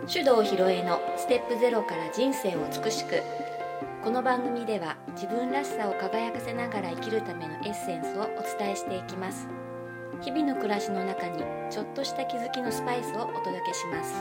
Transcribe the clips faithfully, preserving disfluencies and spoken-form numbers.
手動ひろえのステップゼロから人生を美しく。この番組では自分らしさを輝かせながら生きるためのエッセンスをお伝えしていきます。日々の暮らしの中にちょっとした気づきのスパイスをお届けします。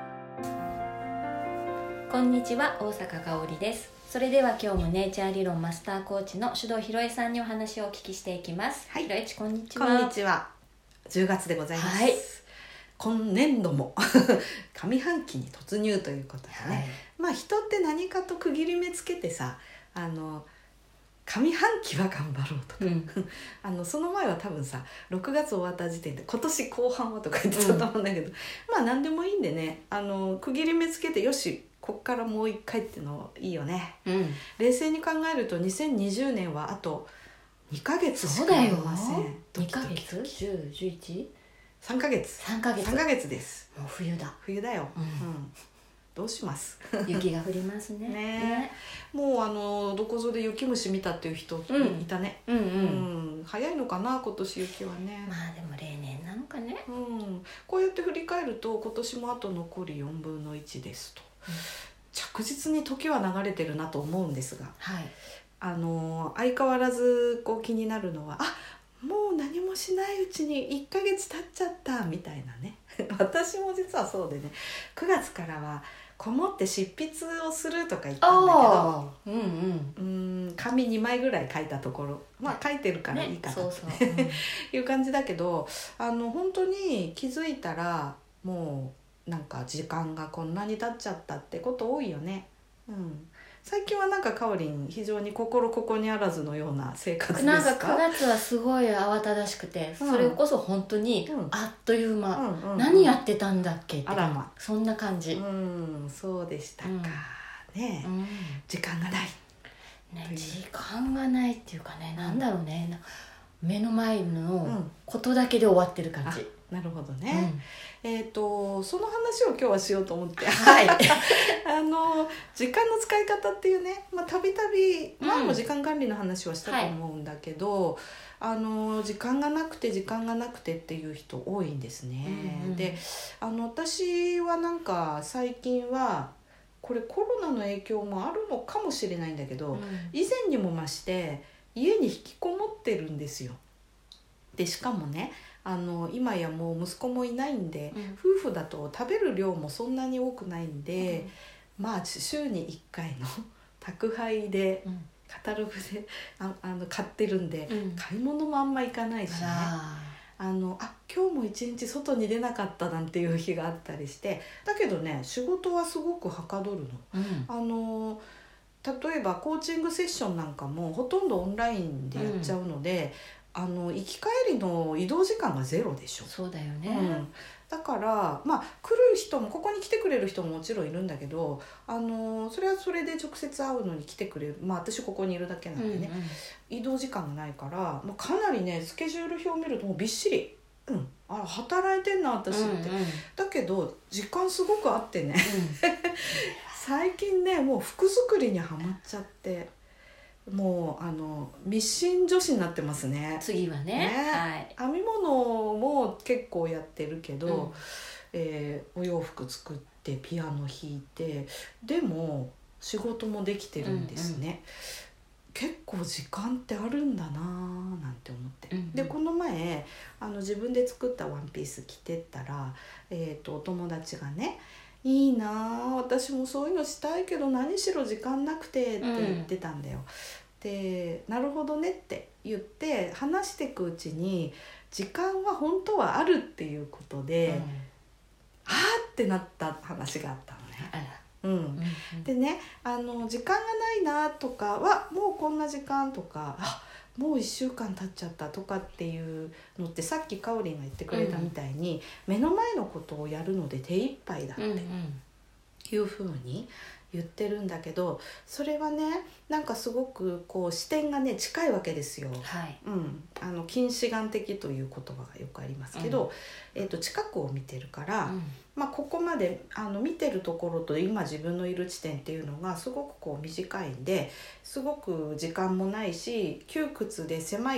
こんにちは、大坂香織です。それでは今日もネイチャー理論マスターコーチの手動ひろえさんにお話をお聞きしていきます。はい、ひろえち、こんにちは。 こんにちは。じゅうがつでございます。 はい、 今年度も上半期に突入ということでね、はい、まあ人って何かと区切り目つけてさ、あの上半期は頑張ろうとか、うん、あのその前は多分さろくがつ終わった時点で今年後半はとか言ってたと思うんだけど、うん、まあ何でもいいんでね、あの区切り目つけてよしこっからもう一回っていうのいいよね、うん、冷静に考えるとにせんにじゅうねんはあとにかげつしかありません。 にかげつ ?じゅう、じゅういち? さんかげつさんかげつさんかげつです。 もう冬だ冬だよ、 うんうん、 どうします雪が降ります ね, ね, ねもうあのどこぞで雪虫見たっていう人いたね、うんうんうん、早いのかな今年雪はね。 まあでも例年なのかね、 うん、こうやって振り返ると今年もあと残りよんぶんのいちですと、うん、着実に時は流れてるなと思うんですが、はい、あの相変わらずこう気になるのは、あもう何もしないうちにいっかげつ経っちゃったみたいなね私も実はそうでね、くがつからはこもって執筆をするとか言ったんだけど、うんうん、うーん紙にまいぐらい書いたところ、まあ書いてるからいいかな、ね、そうそう、うん、いう感じだけど、あの本当に気づいたらもうなんか時間がこんなに経っちゃったってこと多いよね。うん、最近はなんかかおりん非常に心ここにあらずのような生活ですか？ なんかくがつはすごい慌ただしくて、うん、それこそ本当にあっという間、うんうんうん、何やってたんだっけって、あらま、そんな感じ。 うんそうでしたか、うん、ね、うん、時間がない、 ね、時間がないっていうかね、なんだろうね、目の前のことだけで終わってる感じ、うんなるほどね、うん、えーとその話を今日はしようと思って、 はい、 あの時間の使い方っていうね、まあ、たびたび前も時間管理の話はしたと思うんだけど、うんはい、あの時間がなくて時間がなくてっていう人多いんですね、うんうん、であの私はなんか最近はこれコロナの影響もあるのかもしれないんだけど、うん、以前にも増して家に引きこもってるんですよ。でしかもね、あの今やもう息子もいないんで、うん、夫婦だと食べる量もそんなに多くないんで、うん、まあ週にいっかいの宅配で、うん、カタログで ああの買ってるんで、うん、買い物もあんま行かないしね、あのあ今日も一日外に出なかったなんていう日があったりして、だけどね仕事はすごくはかどるの、うん、あの例えばコーチングセッションなんかもほとんどオンラインでやっちゃうので、うん、あの行き帰りの移動時間がゼロでしょ。 そうだよね、 うん、だからまあ来る人もここに来てくれる人ももちろんいるんだけど、あのそれはそれで直接会うのに来てくれる、まあ私ここにいるだけなんでね、うんうん、移動時間がないから、まあ、かなりねスケジュール表を見るともうびっしり、うん、あら働いてんな私って、うんうん、だけど時間すごくあってね、うん、最近ねもう服作りにはまっちゃって、もうあのミシン女子になってますね。 次は ね, ね、はい、 編み物も結構やってるけど、うんえー、お洋服作ってピアノ弾いて、でも仕事もできてるんですね、うんうん、結構時間ってあるんだななんて思って、うんうん、でこの前あの自分で作ったワンピース着てったら、えーと、お友達がね、いいな私もそういうのしたいけど何しろ時間なくてって言ってたんだよ、うん、でなるほどねって言って話していくうちに時間は本当はあるっていうことで、うん、はーってなった話があったのね。あらうんうんうん、でねあの時間がないなとかはもうこんな時間とか、あもういっしゅうかん経っちゃったとかっていうのってさっきかおりんが言ってくれたみたいに、うん、目の前のことをやるので手一杯だっていうふうに言ってるんだけど、それはねなんかすごくこう視点がね近いわけですよ、はいうん、あの近視眼的という言葉がよくありますけど、うんえー、と近くを見てるから、うんまあ、ここまであの見てるところと今自分のいる地点っていうのがすごくこう短いんで、すごく時間もないし窮屈で狭い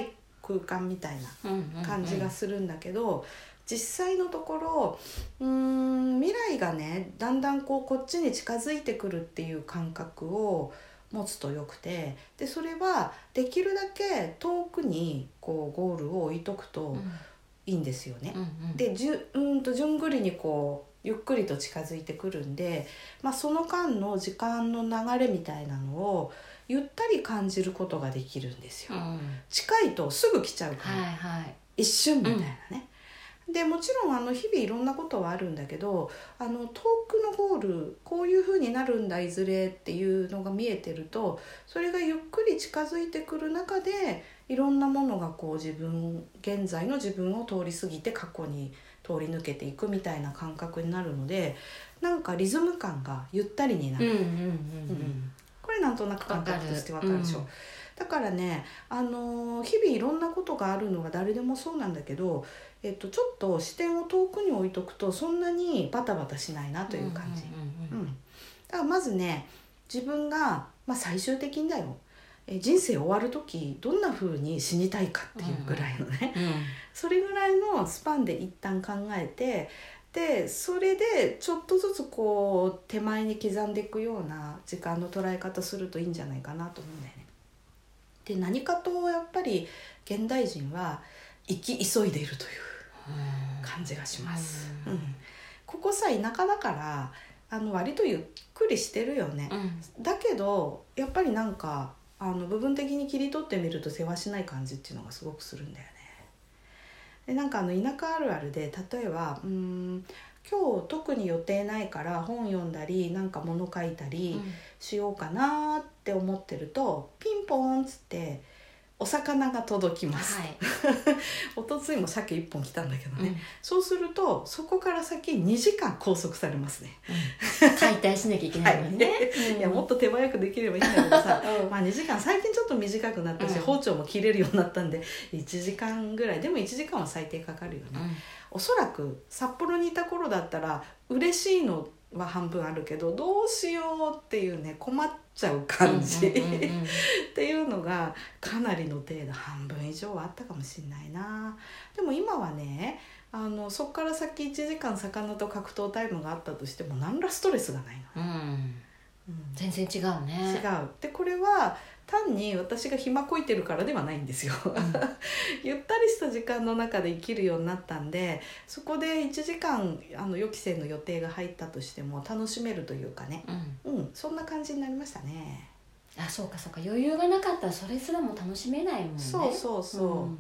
空間みたいな感じがするんだけど、 うんうんうん、 実際のところうーん未来がねだんだんこうこっちに近づいてくるっていう感覚を持つとよくて、でそれはできるだけ遠くにこうゴールを置いとくといいんですよね、 うんうん、 でじゅうんと順繰りにこうゆっくりと近づいてくるんで、まあ、その間の時間の流れみたいなのをゆったり感じることができるんですよ、うん、近いとすぐ来ちゃうから、 はいはい、 一瞬みたいなね、うん、でもちろんあの日々いろんなことはあるんだけど、あの遠くのゴールこういう風になるんだいずれっていうのが見えてると、それがゆっくり近づいてくる中でいろんなものがこう自分現在の自分を通り過ぎて過去に通り抜けていくみたいな感覚になるので、なんかリズム感がゆったりになる、 うんうんうんうん、 これなんとなく感覚としてわかるでしょ、うん、だからね、あのー、日々いろんなことがあるのが誰でもそうなんだけど、えっと、ちょっと視点を遠くに置いとくとそんなにバタバタしないなという感じ、うんうんうんうん、だからまずね自分が、まあ、最終的にだよ、え人生終わる時どんな風に死にたいかっていうぐらいのね、うんうん、それぐらいのスパンで一旦考えて、でそれでちょっとずつこう手前に刻んでいくような時間の捉え方するといいんじゃないかなと思うんだよね。で何かとやっぱり現代人は生き急いでいるという感じがします、うんうん、ここさ田舎だからあの割とゆっくりしてるよね、うん、だけどやっぱりなんかあの部分的に切り取ってみるとせわしない感じっていうのがすごくするんだよね。でなんかあの田舎あるあるで例えばうーん今日特に予定ないから本読んだりなんか物書いたりしようかなって思ってると、うん、ピンポンっつってお魚が届きます、はい、おとついも鮭いっぽん来たんだけどね、うん、そうするとそこから先にじかん拘束されますね、 うん、解体しなきゃいけないもんね、はいうん、いやもっと手早くできればいいんだけどさ、うん、まあにじかん最近ちょっと短くなったし、うん、包丁も切れるようになったんでいちじかんぐらいでもいちじかんは最低かかるよね、うん、おそらく札幌にいた頃だったら嬉しいのは半分あるけどどうしようっていうね困っちゃう感じ、うんうんうんうん、っていうのがかなりの程度半分以上はあったかもしれないな。でも今はねあのそっから先いちじかん魚と格闘タイムがあったとしても何らストレスがないの、 うんうん、全然違うね。 違う。でこれは単に私が暇こいてるからではないんですよ、うん、ゆったりした時間の中で生きるようになったんで、そこでいちじかんあの予期せぬ予定が入ったとしても楽しめるというかね、うん、うん、そんな感じになりましたね。 あ、そうかそうか、余裕がなかったらそれすらも楽しめないもんね。 そうそうそう、うんうん、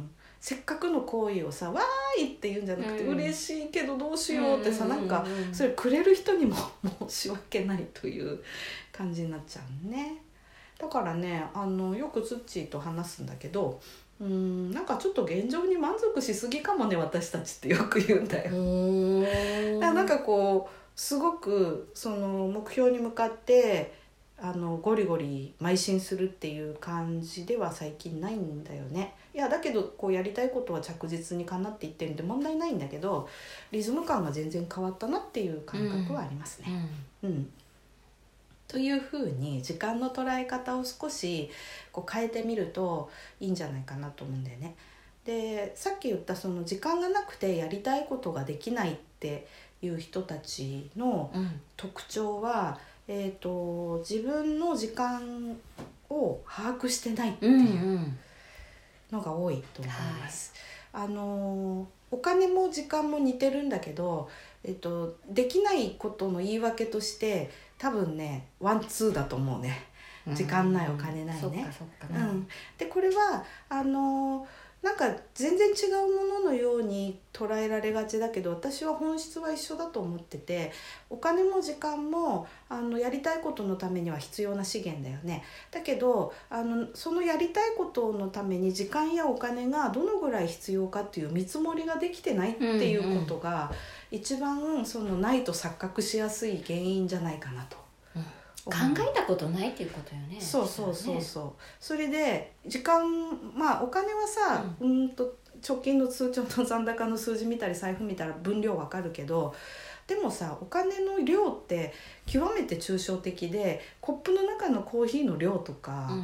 せっかくの行為をさわーいって言うんじゃなくて、うん、嬉しいけどどうしようってさ、うんうんうんうん、なんかそれくれる人にも申し訳ないという感じになっちゃうね。だからねあのよくツッチーと話すんだけど、うーんなんかちょっと現状に満足しすぎかもね私たちってよく言うんだよ。だからなんかこうすごくその目標に向かってあのゴリゴリ邁進するっていう感じでは最近ないんだよね。いやだけどこうやりたいことは着実にかなっていってるんで問題ないんだけど、リズム感が全然変わったなっていう感覚はありますね、うん、うんというふうに時間の捉え方を少しこう変えてみるといいんじゃないかなと思うんだよね。でさっき言ったその時間がなくてやりたいことができないっていう人たちの特徴は、うんえーと、自分の時間を把握してないっていうのが多いと思います、うんうんはい、あのお金も時間も似てるんだけど、えーと、できないことの言い訳として多分ねワンツーだと思うね。時間ないお金ないね、うん、そっかそっか、うん、でこれはあのなんか全然違うもののように捉えられがちだけど、私は本質は一緒だと思ってて、お金も時間もあのやりたいことのためには必要な資源だよね。だけどあのそのやりたいことのために時間やお金がどのぐらい必要かっていう見積もりができてないっていうことが、うんうん、一番そのないと錯覚しやすい原因じゃないかなと。 考えたことないっていうことよね。 そうそうそうそう、ね、それで時間まあお金はさ、うん、うんと直近の通帳の残高の数字見たり財布見たら分量わかるけど、でもさお金の量って極めて抽象的で、コップの中のコーヒーの量とか、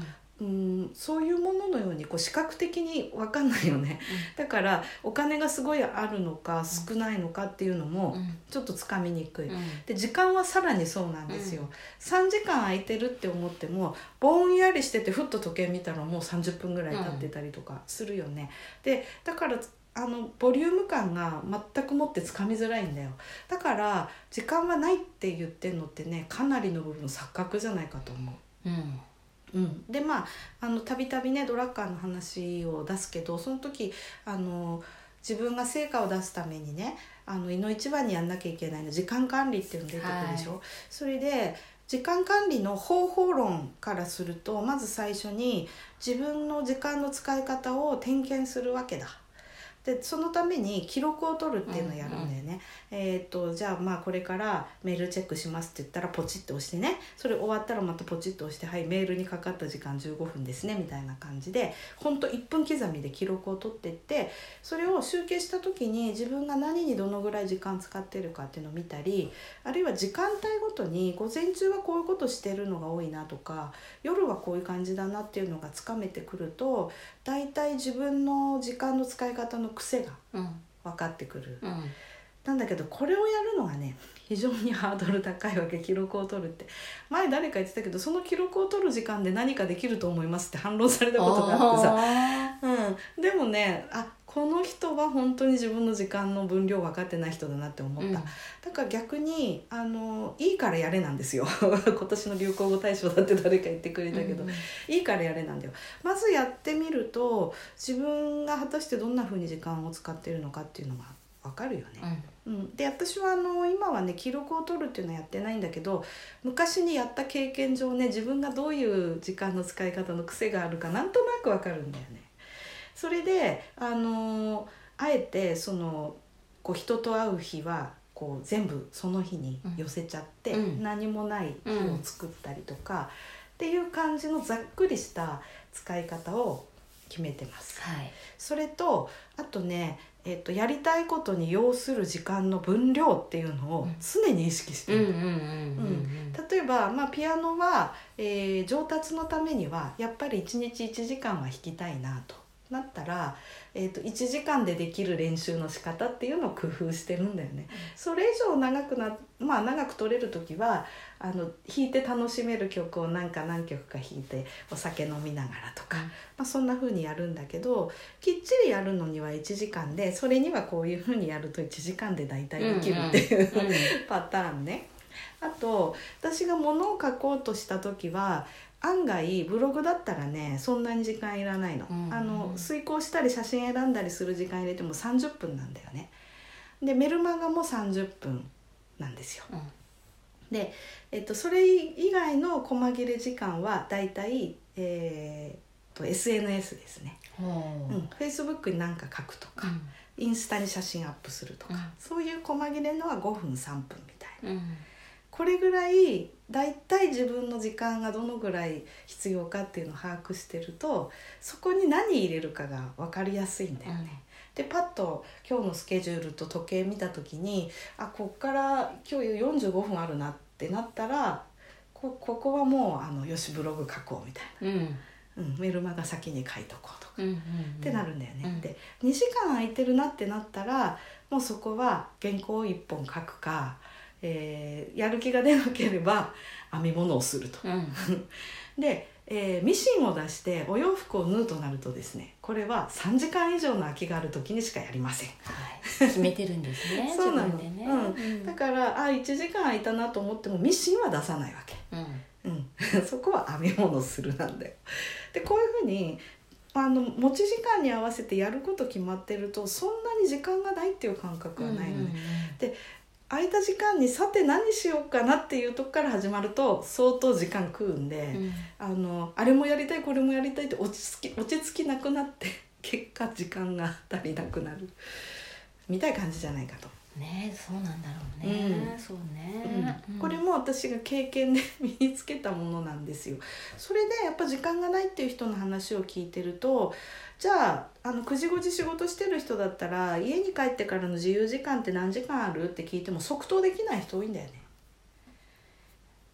うん、そういうもののようにこう視覚的に分かんないよね、うん、だからお金がすごいあるのか少ないのかっていうのもちょっとつかみにくい、うん、で時間はさらにそうなんですよ、うん、さんじかん空いてるって思ってもぼんやりしててふっと時計見たらもうさんじゅっぷんぐらい経ってたりとかするよね、うん、でだからあのボリューム感が全くもってつかみづらいんだよ。だから時間はないって言ってんのってね、かなりの部分錯覚じゃないかと思う、うんうん、でまああのたびたびねドラッカーの話を出すけど、その時あの自分が成果を出すためにね、あのいの一番にやんなきゃいけないの時間管理っていうの出てくるでしょ、はい、それで時間管理の方法論からすると、まず最初に自分の時間の使い方を点検するわけだ。でそのために記録を取るっていうのをやるんだよね、うんうん、えー、とじゃあまあこれからメールチェックしますって言ったらポチッと押してね、それ終わったらまたポチッと押して、はいメールにかかった時間じゅうごふんですねみたいな感じで、ほんといっぷん刻みで記録を取っていって、それを集計した時に自分が何にどのぐらい時間使ってるかっていうのを見たり、あるいは時間帯ごとに午前中はこういうことしてるのが多いなとか、夜はこういう感じだなっていうのがつかめてくると、だいたい自分の時間の使い方の癖が分かってくる、うんうん、なんだけどこれをやるのがね非常にハードル高いわけ。記録を取るって、前誰か言ってたけど、その記録を取る時間で何かできると思いますって反論されたことがあってさ、うん、でもね、あこの人は本当に自分の時間の分量分かってない人だなって思った、うん、だから逆にあのいいからやれなんですよ今年の流行語大賞だって誰か言ってくれたけど、うん、いいからやれなんだよ。まずやってみると自分が果たしてどんな風に時間を使っているのかっていうのが分かるよね、うんうん、で私はあの今はね記録を取るっていうのはやってないんだけど、昔にやった経験上ね、自分がどういう時間の使い方の癖があるかなんとなく分かるんだよね。それであのあえてそのこう人と会う日はこう全部その日に寄せちゃって、うん、何もない日を作ったりとか、うん、っていう感じのざっくりした使い方を決めてます、はい、それとあとね、えーと、やりたいことに要する時間の分量っていうのを常に意識してる。例えば、まあ、ピアノは、えー、上達のためにはやっぱりいちにちいちじかんは弾きたいなとなったら、えーと、いちじかんでできる練習の仕方っていうのを工夫してるんだよね、うん、それ以上長くな、まあ、長く取れる時はあの弾いて楽しめる曲を何か何曲か弾いてお酒飲みながらとか、うんまあ、そんな風にやるんだけど、きっちりやるのにはいちじかんで、それにはこういう風にやるといちじかんで大体できるっていう、うんうん、パターンね。あと私が物を書こうとした時は案外ブログだったらねそんなに時間いらないの、うんうん、あの遂行したり写真選んだりする時間入れてもさんじゅっぷんなんだよね。でメルマガもさんじゅっぷんなんですよ、うん、で、えっと、それ以外の細切れ時間はだいたい、えー、と エスエヌエス ですね、うん、Facebook に何か書くとか、うん、インスタに写真アップするとか、うん、そういう細切れのはごふんさんぷんみたいな、うんこれぐらいだいたい自分の時間がどのぐらい必要かっていうのを把握してると、そこに何入れるかが分かりやすいんだよね、うん、でパッと今日のスケジュールと時計見た時にあこっから今日よんじゅうごふんあるなってなったら こ, ここはもうあのよしブログ書こうみたいな、うんうん、メルマガ先に書いとこうとか、うんうんうん、ってなるんだよね、うん、でにじかん空いてるなってなったらもうそこは原稿をいっぽん書くかえー、やる気が出なければ編み物をすると、うん、で、えー、ミシンを出してお洋服を縫うとなるとですね、これはさんじかん以上の空きがある時にしかやりません、 はい、決めてるんですねそうなの、ねうんうん、だからあいちじかん空いたなと思ってもミシンは出さないわけ、うんうん、そこは編み物するなんだよ。でこういうふうにあの持ち時間に合わせてやること決まってるとそんなに時間がないっていう感覚はないのね、うんうんうん、で空いた時間にさて何しようかなっていうとこから始まると相当時間食うんで、うん、あのあれもやりたいこれもやりたいって落ち着き、落ち着きなくなって結果時間が足りなくなるみたいな感じじゃないかと。 ねそうなんだろうね、うん、そうね、 うん、これも私が経験で身につけたものなんですよ。それでやっぱ時間がないっていう人の話を聞いてると、じゃあ、あのくじごじ仕事してる人だったら家に帰ってからの自由時間って何時間あるって聞いても即答できない人多いんだよね。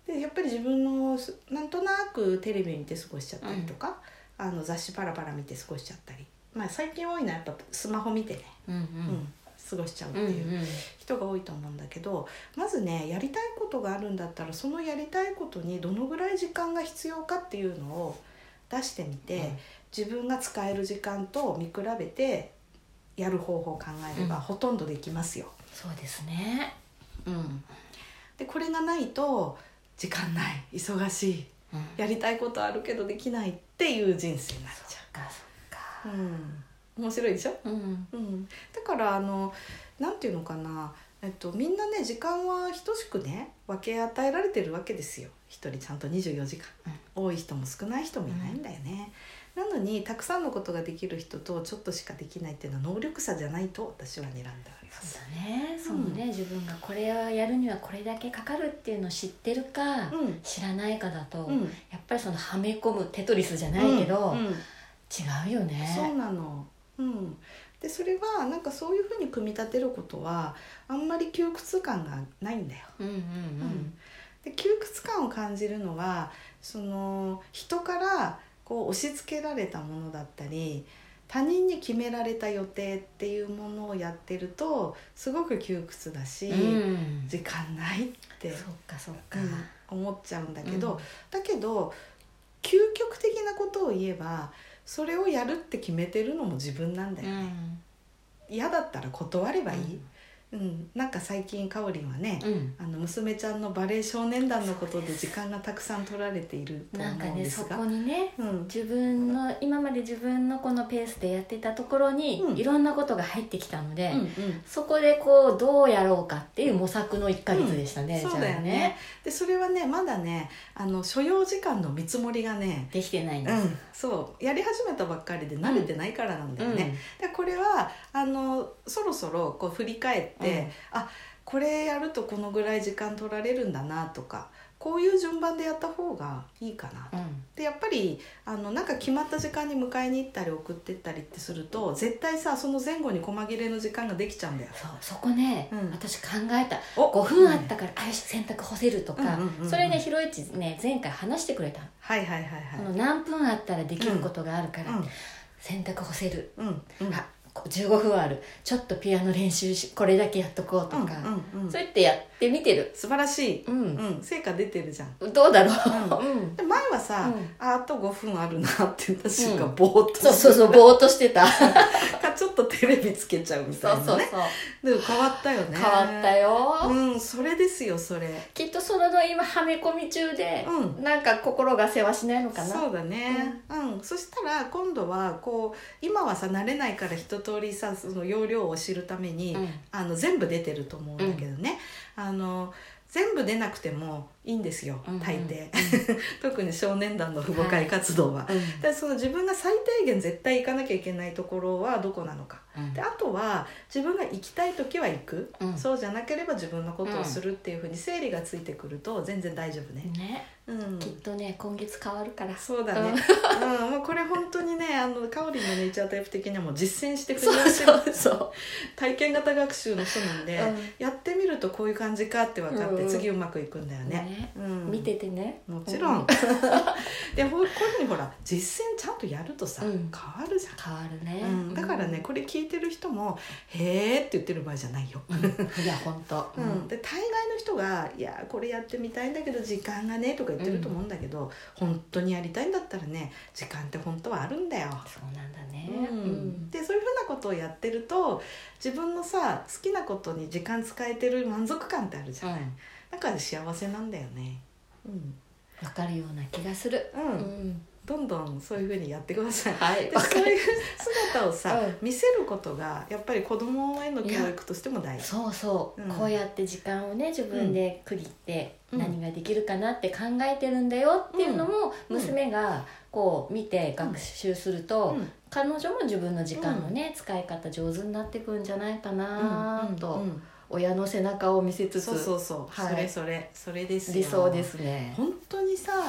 でやっぱり自分のなんとなくテレビ見て過ごしちゃったりとか、うん、あの雑誌パラパラ見て過ごしちゃったり、まあ、最近多いのはやっぱスマホ見てね、うんうんうん、過ごしちゃうっていう人が多いと思うんだけど、まずねやりたいことがあるんだったらそのやりたいことにどのぐらい時間が必要かっていうのを出してみて、うん、自分が使える時間と見比べてやる方法を考えれば、うん、ほとんどできますよ。 そうですね、 うん、でこれがないと時間ない忙しい、うん、やりたいことあるけどできないっていう人生になっちゃう。そっかそっか、うん、面白いでしょ、うんうん、だからあのなんていうのかな、えっと、みんなね時間は等しくね分け与えられてるわけですよ。一人ちゃんとにじゅうよじかん、うん、多い人も少ない人もいないんだよね、うん、なのにたくさんのことができる人とちょっとしかできないっていうのは能力差じゃないと私は睨んでおります。 そうだね、そのね、うん、自分がこれをやるにはこれだけかかるっていうのを知ってるか、うん、知らないかだと、うん、やっぱりそのはめ込むテトリスじゃないけど、うんうん、違うよね。 そうなの、うん、でそれはなんかそういうふうに組み立てることはあんまり窮屈感がないんだよ、うんうんうんうん、で窮屈感を感じるのはその人からこう押し付けられたものだったり他人に決められた予定っていうものをやってるとすごく窮屈だし、うん、時間ないってそっかそっか、 うん、思っちゃうんだけど、うん、だけど究極的なことを言えばそれをやるって決めてるのも自分なんだよね、うん、嫌だったら断ればいい、うんうん、なんか最近かおりんはね、うん、あの娘ちゃんのバレエ少年団のことで時間がたくさん取られていると思うんですが、 なんかねそこにね、うん、自分の今まで自分のこのペースでやってたところに、うん、いろんなことが入ってきたので、うんうん、そこでこうどうやろうかっていう模索のいっかげつでしたね、 うん、そうだよね。でそれはねまだねあの所要時間の見積もりがねできてないんです、 うん、そうやり始めたばっかりで慣れてないからなんだよね、うん、でこれはあのそろそろこう振り返ってで、うん、あこれやるとこのぐらい時間取られるんだなとかこういう順番でやった方がいいかなと、うん、でやっぱりあのなんか決まった時間に迎えに行ったり送ってったりってすると絶対さその前後に細切れの時間ができちゃうんだよ。 そうそこね、うん、私考えたごふんあったから、うん、あよし洗濯干せるとか、うんうんうんうん、それねひろいちね前回話してくれた、 はいはいはいはい、 その何分あったらできることがあるから、うん、洗濯干せる、うんうん、あじゅうごふんあるちょっとピアノ練習しこれだけやっとこうとか、うんうんうん、そうやってやってみてる。 素晴らしい、うんうん、成果出てるじゃん。 どうだろう、 うん、で前はさ、うん、あ, あとごふんあるなって言った瞬間、うん、ぼーっとそうそうそうぼーっとしてたかちょっとテレビつけちゃうみたいなね。そうそうそうでも変わったよね。 変わったよ、 うん、それですよそれ。 きっとその今はめ込み中で、うん、なんか心が世話しないのかな。 そうだね、うんうん、そしたら今度はこう今はさ慣れないから一通りさその要領を知るために、うん、あの全部出てると思うんだけどね、うん、あの全部出なくてもいいんですよ、うんうん、大抵、うん、特に少年団の父母会活動は、はいうん、でその自分が最低限絶対行かなきゃいけないところはどこなのか、うん、であとは自分が行きたい時は行く、うん、そうじゃなければ自分のことをするっていうふうに整理がついてくると全然大丈夫ね、 ね、うん、きっとね今月変わるから。 そうだね、うんうん、もうこれ本当にねあのかおりんのネイチャータイプ的にはもう実践してくれるそうそうそう体験型学習の人なんで、うん、やってみるとこういう感じかって分かって、うん、次うまくいくんだよね、ね、うん、 見ててねもちろん、うん、でこういうふうにほら実践ちゃんとやるとさ、うん、変わるじゃん。 変わるね、 うん、だからねこれ聞いてる人もへーって言ってる場合じゃないよ、 うん、いや本当、 うん、で大概の人がいやこれやってみたいんだけど時間がねとか言ってると思うんだけど、うん、本当にやりたいんだったらね時間って本当はあるんだよ。 そうなんだね、 うん、でそういうふうなことをやってると自分のさ好きなことに時間使えてる満足感ってあるじゃない、うん、だから幸せなんだよね。うん、 分かるような気がする、 うんうん、どんどんそういう風にやってください、はい、でそういう姿をさ、うん、見せることがやっぱり子供への教育としても大事。 そうそう、うん、こうやって時間をね自分で区切って何ができるかなって考えてるんだよっていうのも娘がこう見て学習すると、うんうん、彼女も自分の時間のね、うん、使い方上手になってくるんじゃないかなと、うんうんうん親の背中を見せつつそうそうそう、はい、それそれそれですよ。 理想ですね。 本当にさ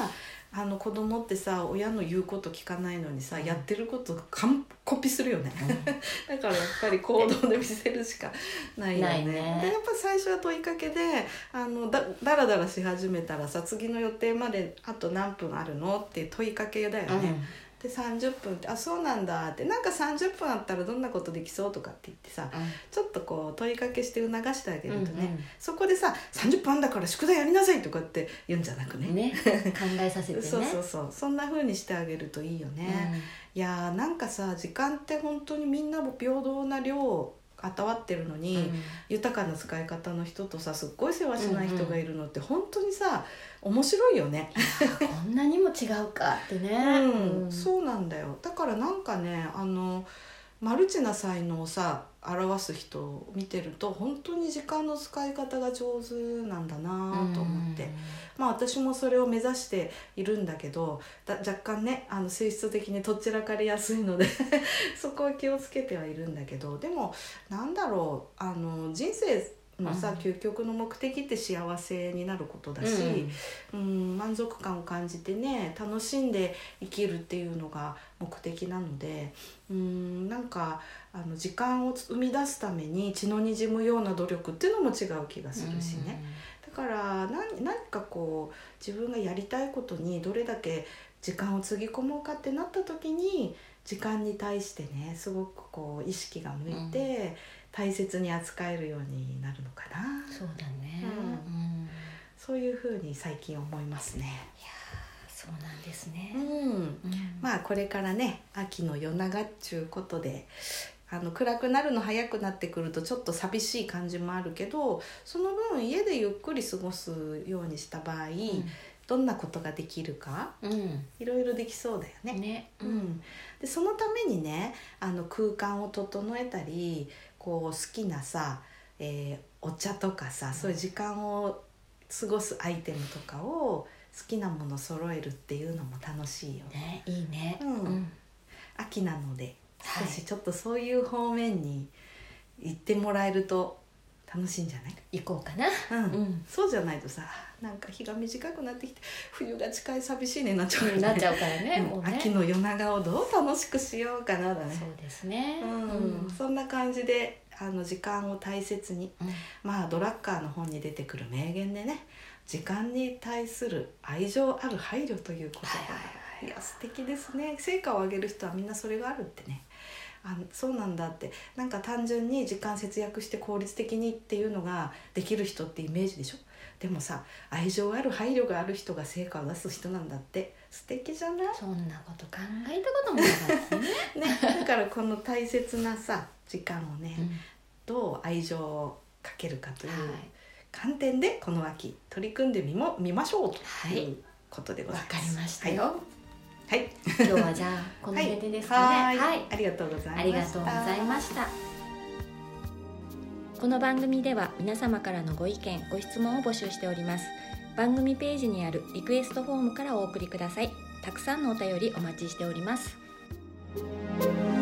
あの子供ってさ親の言うこと聞かないのにさ、やってること完コピするよね、うん、だからやっぱり行動で見せるしかないよね。 ないね。 でやっぱ最初は問いかけであの だ, だらだらし始めたらさ、次の予定まであと何分あるのって問いかけだよね、うん、でさんじゅっぷんってあそうなんだって、なんかさんじゅっぷんあったらどんなことできそうとかって言ってさ、うん、ちょっとこう問いかけして促してあげるとね、うんうん、そこでささんじゅっぷんあんだから宿題やりなさいとかって言うんじゃなくね、 ね考えさせてねそうそうそう、そんな風にしてあげるといいよね、うん、いやーなんかさ時間って本当にみんなも平等な量与わってるのに、うん、豊かな使い方の人とさすっごい世話しない人がいるのって本当にさ面白いよねこんなにも違うかってね、 うんうん、そうなんだよ。だからなんかねあのマルチな才能をさ表す人を見てると本当に時間の使い方が上手なんだなと思って、まあ私もそれを目指しているんだけどだ若干ねあの性質的にとっちらかりやすいのでそこは気をつけてはいるんだけど、でもなんだろうあの人生のさ、うん、究極の目的って幸せになることだし、うん、うん満足感を感じてね楽しんで生きるっていうのが目的なので、うんなんかあの時間を生み出すために血の滲むような努力っていうのも違う気がするしね、うん、だから何、何かこう自分がやりたいことにどれだけ時間をつぎ込もうかってなった時に時間に対してねすごくこう意識が向いて、うん大切に扱えるようになるのかな。 そうだね、 うんうん、そういうふうに最近思いますね。いやそうなんですね、 うんうん、まあこれからね秋の夜長っちゅうことであの暗くなるの早くなってくるとちょっと寂しい感じもあるけど、その分家でゆっくり過ごすようにした場合、うん、どんなことができるか、うん、いろいろできそうだよね。 ね、 うん、でそのためにねあの空間を整えたりこう好きなさ、えー、お茶とかさ、うん、そういう時間を過ごすアイテムとかを好きなもの揃えるっていうのも楽しいよね。 ねいいね、 うんうん、秋なので少しちょっとそういう方面に行ってもらえると楽しいんじゃない？ 行こうかな、 うんうん、そうじゃないとさなんか日が短くなってきて冬が近い寂しいねなっちゃう、ね、 なっちゃうからね、 もうね秋の夜長をどう楽しくしようかなだね。 そうですね、 うんうん、そんな感じであの時間を大切に、うん、まあドラッカーの本に出てくる名言でね時間に対する愛情ある配慮という言葉、はいはいはい、いや素敵ですね。成果を上げる人はみんなそれがあるってね、あそうなんだって、なんか単純に時間節約して効率的にっていうのができる人ってイメージでしょ。でもさ愛情ある配慮がある人が成果を出す人なんだって素敵じゃない？ そんなこと考えたこともなかったねねだからこの大切なさ時間をね、うん、どう愛情をかけるかという観点でこの秋取り組んでみも見ましょうということでございます。 わかりましたよ。 はい、 今日はじゃあこの辺でですかね。 はい、はい、ありがとうございました。 ありがとうございました。この番組では皆様からのご意見ご質問を募集しております。番組ページにあるリクエストフォームからお送りください。たくさんのお便りお待ちしております。